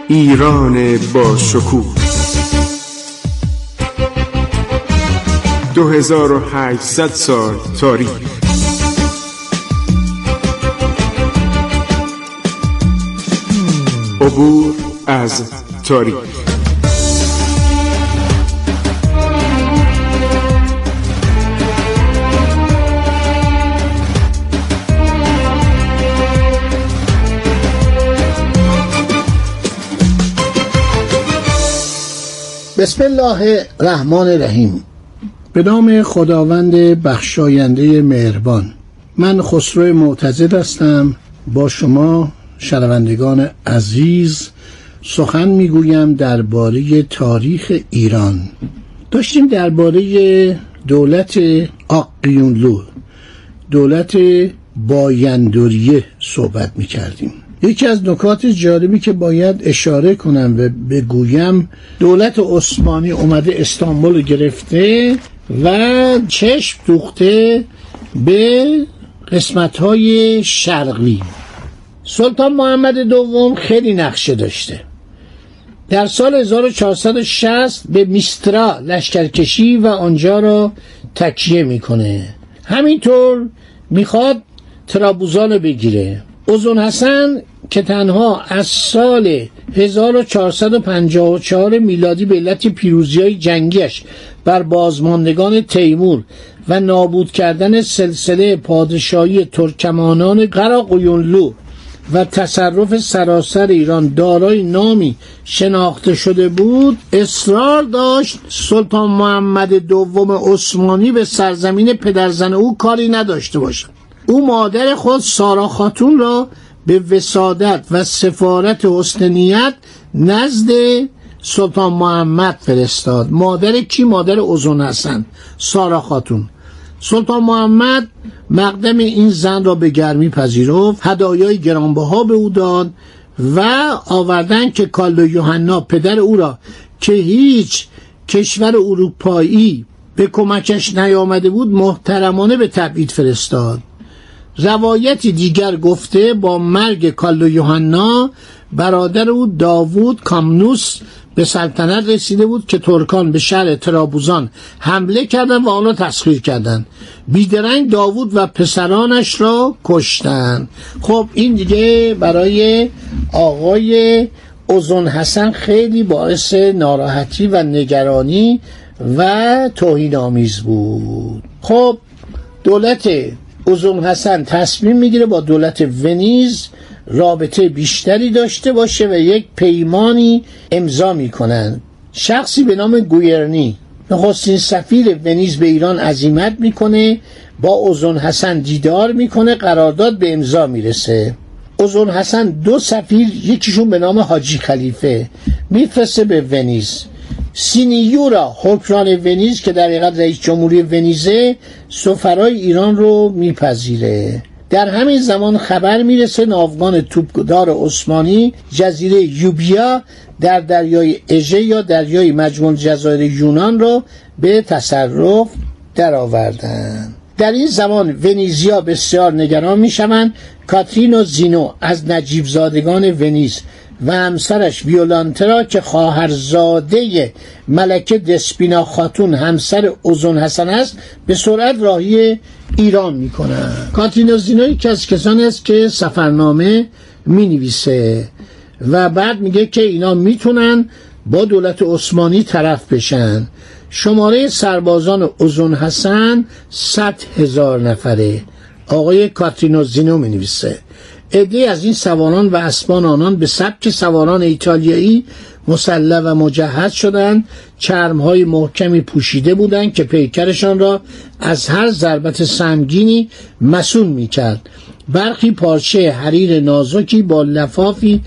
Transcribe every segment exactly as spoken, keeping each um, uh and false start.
ایران با شکوه دو هزار و هشتصد سال تاریخ. عبور از تاریخ. بسم الله الرحمن الرحیم. به نام خداوند بخشاینده مهربان. من خسرو معتضد هستم. با شما شنوندگان عزیز سخن میگویم درباره تاریخ ایران. داشتیم درباره دولت آقیونلو، دولت بایندوریه صحبت میکردیم. یکی از نکات جالبی که باید اشاره کنم و بگویم، دولت عثمانی اومده استانبول گرفته و چشم دوخته به قسمت‌های شرقی. سلطان محمد دوم خیلی نقشه داشته. در سال هزار و چهارصد و شصت به میسترا لشکرکشی و آنجا را تکیه میکنه. همینطور میخواد ترابوزان بگیره. اوزون حسن که تنها از سال هزار و چهارصد و پنجاه و چهار میلادی به علت پیروزی‌های جنگیش بر بازماندگان تیمور و نابود کردن سلسله پادشاهی ترکمانان قراقویونلو و تصرف سراسر ایران دارای نامی شناخته شده بود، اصرار داشت سلطان محمد دوم عثمانی به سرزمین پدرزن او کاری نداشته باشد. او مادر خود سارا خاتون را به وسادت و سفارت حسن نیت نزد سلطان محمد فرستاد. مادر کی؟ مادر اوزون حسن، سارا خاتون. سلطان محمد مقدم این زن را به گرمی پذیرفت، هدایای گرانبها به او داد و آوردن که کالو یوحنا پدر او را که هیچ کشور اروپایی به کمکش نیامده بود محترمانه به تبعید فرستاد. روایتی دیگر گفته با مرگ کالو یوحنا برادر او داوود کامنوس به سلطنت رسیده بود که ترکان به شهر ترابوزان حمله کردند و آن را تسخیر کردند. بیدرنگ داوود و پسرانش را کشتند. خب این دیگه برای آقای اوزون حسن خیلی باعث ناراحتی و نگرانی و توهین آمیز بود. خب دولت اوزون حسن تصمیم میگیره با دولت ونیز رابطه بیشتری داشته باشه و یک پیمانی امضا میکنن. شخصی به نام گویرنی نخستین سفیر ونیز به ایران عزیمت میکنه، با اوزون حسن دیدار میکنه، قرارداد به امضا میرسه. اوزون حسن دو سفیر، یکیشون به نام حاجی خلیفه، میفرسته به ونیز. سینیورا حکمران ونیز که در حقیقت رئیس جمهوری ونیزه، سفرای ایران رو میپذیره. در همین زمان خبر میرسه ناوگان توپدار عثمانی جزیره یوبیا در دریای اژه یا دریای مجموع جزایر یونان رو به تصرف درآوردن. در این زمان ونیزیا بسیار نگران میشوند. کاترینو زینو از نجیب زادگان ونیز و همسرش ویولانترا که خواهرزاده ملکه دسپینا خاتون همسر اوزون حسن است به سرعت راهی ایران میکنن. کاترینو زینو یکی از کسانی است که سفرنامه مینویسه و بعد میگه که اینا میتونن با دولت عثمانی طرف بشن. شماره سربازان اوزون حسن صد هزار نفره. آقای کاترینو زینو مینویسه عده‌ای از این سواران و اسبان آنان به سبک سواران ایتالیایی مسلح و مجهز شدند. چرم‌های محکمی پوشیده بودند که پیکرشان را از هر ضربت سنگینی مصون می‌کرد. برخی پارچه حریر نازکی با لفافی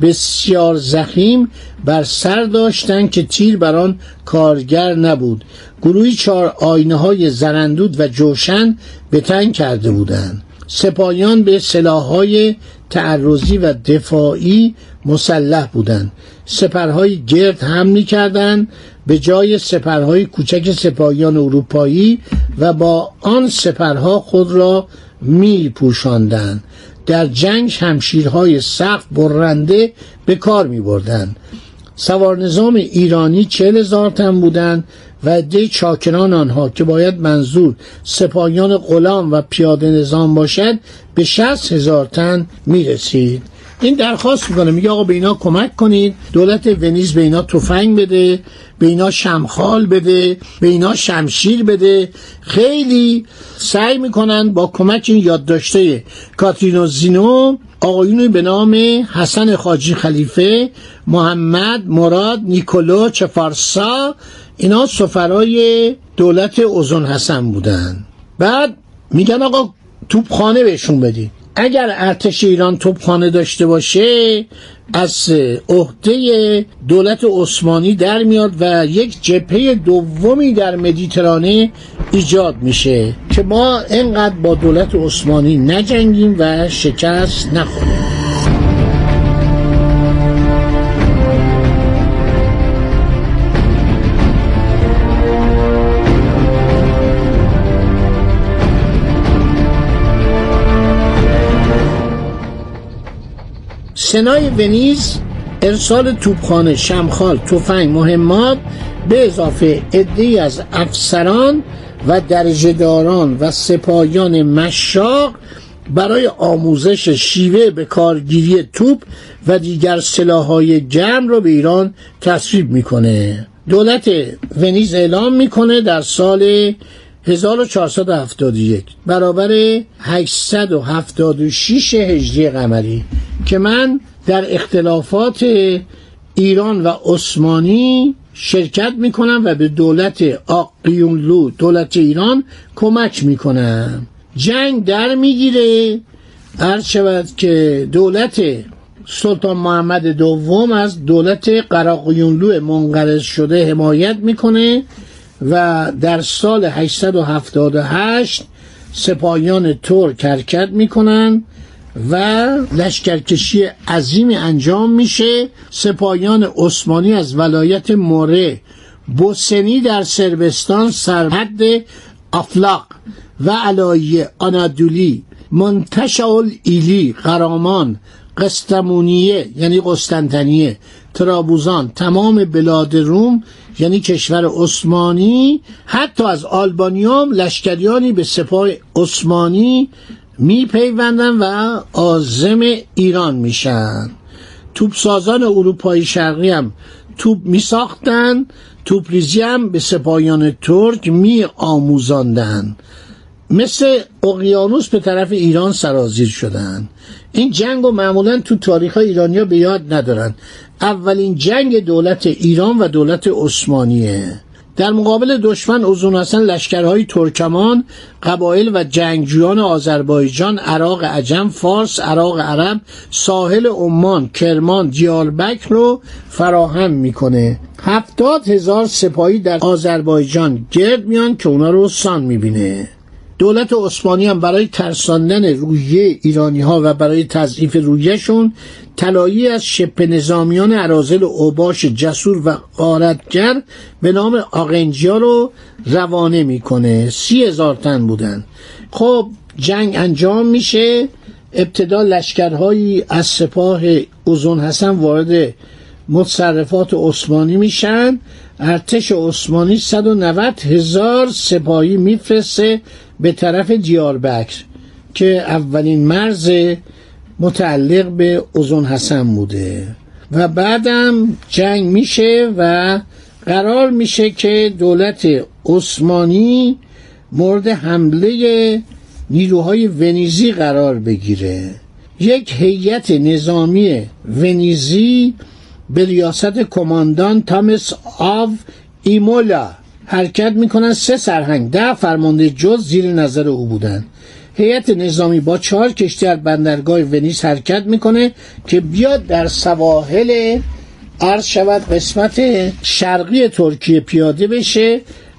بسیار ضخیم بر سر داشتند که تیر بر آن کارگر نبود. گروهی چهار آینه‌های زرندود و جوشن به تن کرده بودند. سپاهیان به سلاح‌های تعرضی و دفاعی مسلح بودند. سپرهای گرد حمل می‌کردند به جای سپرهای کوچک سپاهیان اروپایی و با آن سپرها خود را می‌پوشاندند. در جنگ شمشیرهای سخت برنده به کار می بردن. سوار نظام ایرانی چهل هزار تن بودند و عده چاکران آنها که باید منظور سپاهیان غلام و پیاده نظام باشد به شصت هزار تن می رسید. این درخواست میکنه، میگه آقا به اینا کمک کنید، دولت ونیز به اینا تفنگ بده، به اینا شمخال بده، به اینا شمشیر بده. خیلی سعی میکنن با کمک این یادداشته کاترین زینو آقایونی به نام حسن خاجی خلیفه، محمد مراد نیکولو چفارسا، اینا سفرای دولت اوزون حسن بودن. بعد میگن آقا توپخانه بهشون بدید. اگر ارتش ایران توپخانه داشته باشه از عهده دولت عثمانی در میاد و یک جبهه دومی در مدیترانه ایجاد میشه که ما اینقدر با دولت عثمانی نجنگیم و شکست نخوریم. سنای ونیز ارسال توپخانه، شمخال، تفنگ، مهمات به اضافه عده‌ای از افسران و درجه‌داران و سپاهیان مشاق برای آموزش شیوه به کارگیری توپ و دیگر سلاح‌های گرم رو به ایران تسریب میکنه. دولت ونیز اعلام میکنه در سال هزار و چهارصد و هفتاد و یک برابر هشتصد و هفتاد و شش هجری قمری که من در اختلافات ایران و عثمانی شرکت میکنم و به دولت آقیونلو دولت ایران کمک میکنم. جنگ در میگیره. عرض شود که دولت سلطان محمد دوم از دولت قراقیونلو منقرض شده حمایت میکنه و در سال هشتصد و هفتاد و هشت سپاهیان ترک حرکت میکنن و لشکرکشی عظیمی انجام میشه. سپاهیان عثمانی از ولایت موره، بوسنی در سربستان، سرحد افلاق و علایه آنادولی، منتشال ایلی، قرامان، قسطمونیه یعنی قسطنطنیه، ترابوزان، تمام بلاد روم یعنی کشور عثمانی، حتی از آلبانیام لشکریانی به سپاه عثمانی می پیوندن و عازم ایران میشن. توپسازان اروپایی شرقی هم توپ می ساختن، توپ ریزی هم به سپاهیان ترک می آموزاندن. مثل اقیانوس به طرف ایران سرازیر شدن. این جنگ رو معمولا تو تاریخ ایرانی ها به یاد ندارن. اولین جنگ دولت ایران و دولت عثمانیه. در مقابل دشمن اوزون حسن لشکرهای ترکمان، قبایل و جنگجویان آذربایجان، عراق عجم، فارس، عراق عرب، ساحل عمان، کرمان، دیاربکر رو فراهم میکنه. هفتاد هزار سپاهی در آذربایجان گرد میان که اونا رو سان میبینه. دولت عثمانی هم برای ترساندن روحیه ایرانی ها و برای تضعیف روحیه‌شون طلایی از شبه نظامیان اراذل و اوباش جسور و غارتگر به نام آقنجیا رو روانه میکنه. سی هزار تن بودن. خب جنگ انجام میشه. ابتدا لشکرهایی از سپاه اوزون حسن وارد متصرفات عثمانی میشن. ارتش عثمانی صد و نود هزار سپاهی میفرسته به طرف دیاربکر که اولین مرز متعلق به اوزون حسن بوده و بعدم جنگ میشه و قرار میشه که دولت عثمانی مورد حمله نیروهای ونیزی قرار بگیره. یک هیئت نظامی ونیزی به ریاست کماندان تامس آو ایمولا حرکت میکنن. سه سرهنگ، ده فرمانده جز زیر نظر او بودن. هیئت نظامی با چهار کشتی از بندرگاه ونیز حرکت میکنه که بیاد در سواحل عرض شود قسمت شرقی ترکیه پیاده بشه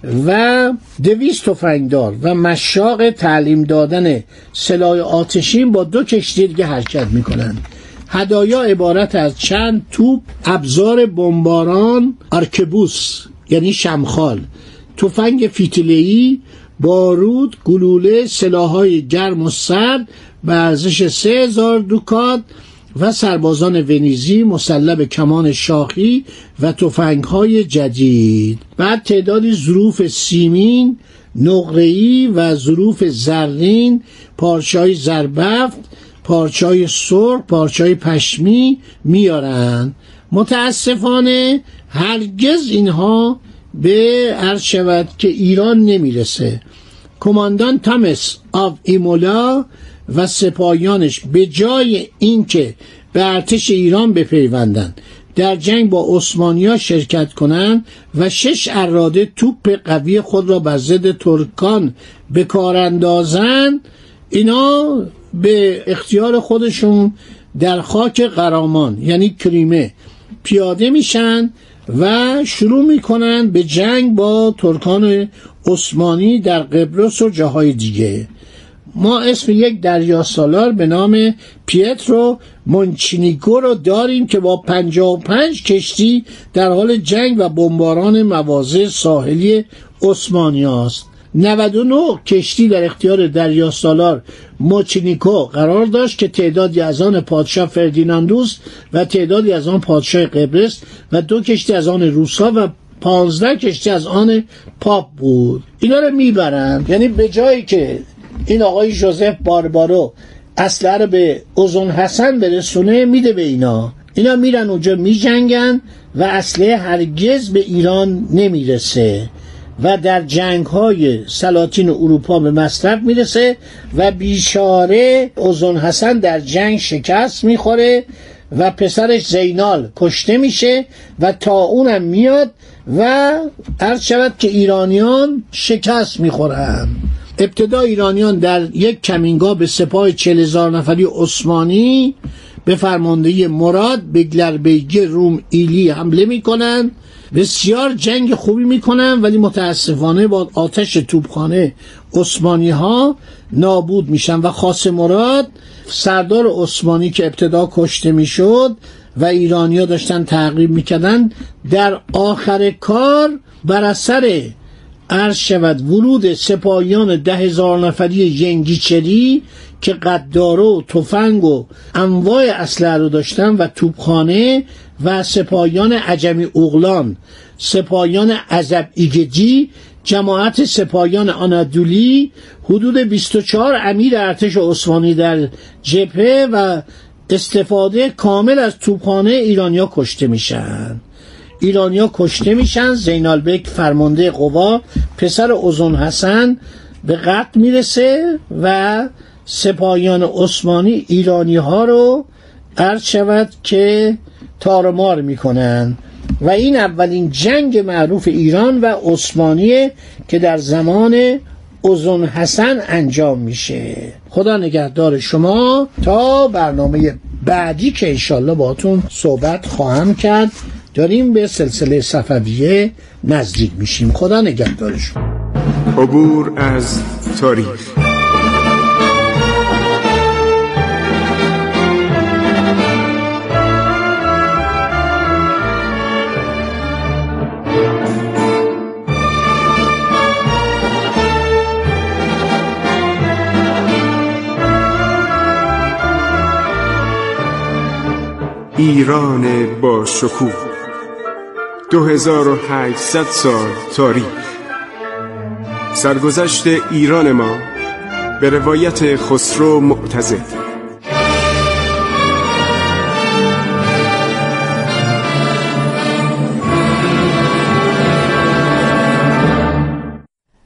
و دویست تفنگدار و مشاق تعلیم دادن سلاح آتشین با دو کشتی دیگه حرکت میکنن. هدایا عبارت از چند توپ، ابزار بمباران، آرکبوس یعنی شمخال، تفنگ فیتیله‌ای، بارود، گلوله، سلاح‌های گرم و سرد به ارزش سه هزار دوکات و سربازان ونیزی مسلح به کمان شاخی و تفنگ‌های جدید. بعد تعدادی ظروف سیمین، نقره‌ای و ظروف زرین، پارچه‌های زربفت، پارچه‌های سرخ، پارچه‌های پشمی میارن. متاسفانه هرگز اینها به عرض شود که ایران نمیرسه. کماندان تامس آف ایمولا و سپاهیانش به جای اینکه به ارتش ایران بپیوندند، در جنگ با عثمانی‌ها شرکت کنند و شش اراده توپ قوی خود را بر ضد ترکان به کار اندازند، اینا به اختیار خودشون در خاک قرامان یعنی کریمه پیاده میشن و شروع میکنن به جنگ با ترکان عثمانی در قبرس و جاهای دیگه. ما اسم یک دریا سالار به نام پیترو مونچینیگو رو داریم که با پنجاه و پنج کشتی در حال جنگ و بمباران مواضع ساحلی عثمانی است. نود و نه کشتی در اختیار دریا سالار موچینیکو قرار داشت که تعدادی از آن پادشاه فردیناندوس و تعدادی از آن پادشاه قبرس و دو کشتی از آن روسا و پانزده کشتی از آن پاپ بود. اینا رو میبرند، یعنی به جایی که این آقای جوزف باربارو اسلحه رو به اوزون حسن برسونه میده به اینا، اینا میرن اونجا میجنگن و اسلحه هرگز به ایران نمیرسه و در جنگ های سلاطین اروپا به مصرف میرسه و بیچاره اوزون حسن در جنگ شکست میخوره و پسرش زینال کشته میشه و تا اونم میاد و عرض شود که ایرانیان شکست میخورن. ابتدا ایرانیان در یک کمینگاه به سپاه چهل هزار نفری عثمانی به فرماندهی مراد بگلربیگ روم ایلی حمله میکنن، بسیار جنگ خوبی میکنن، ولی متاسفانه با آتش توپخانه عثمانی ها نابود میشن و خاص مراد سردار عثمانی که ابتدا کشته میشد و ایرانی ها داشتن تعقیب میکردن، در آخر کار بر اثر عرض شود ورود سپاهیان ده هزار نفری ینگیچری که قداره و تفنگ و انواع اسلحه رو داشتن و توپخانه و سپاهیان عجمی اوغلان، سپاهیان عزب ایگجی، جماعت سپاهیان آنادولی، حدود بیست و چهار امیر ارتش عثمانی در جبهه و استفاده کامل از توپخانه ایرانیا کشته میشن. ایرانیا کشته میشن. زینال بیگ فرمانده قوا پسر اوزون حسن به قتل میرسه و سپاهیان عثمانی ایرانی ها رو عرض شود که تارمار میکنن و این اولین جنگ معروف ایران و عثمانیه که در زمان اوزون حسن انجام میشه. خدا نگهدار شما تا برنامه بعدی که انشالله باهاتون صحبت خواهم کرد. داریم به سلسله صفویه نزدیک میشیم. خدا نگهدار شما. عبور از تاریخ. ایران با شکوه، دو هزار و هشتصد سال تاریخ. سرگذشت ایران ما به روایت خسرو معتضد.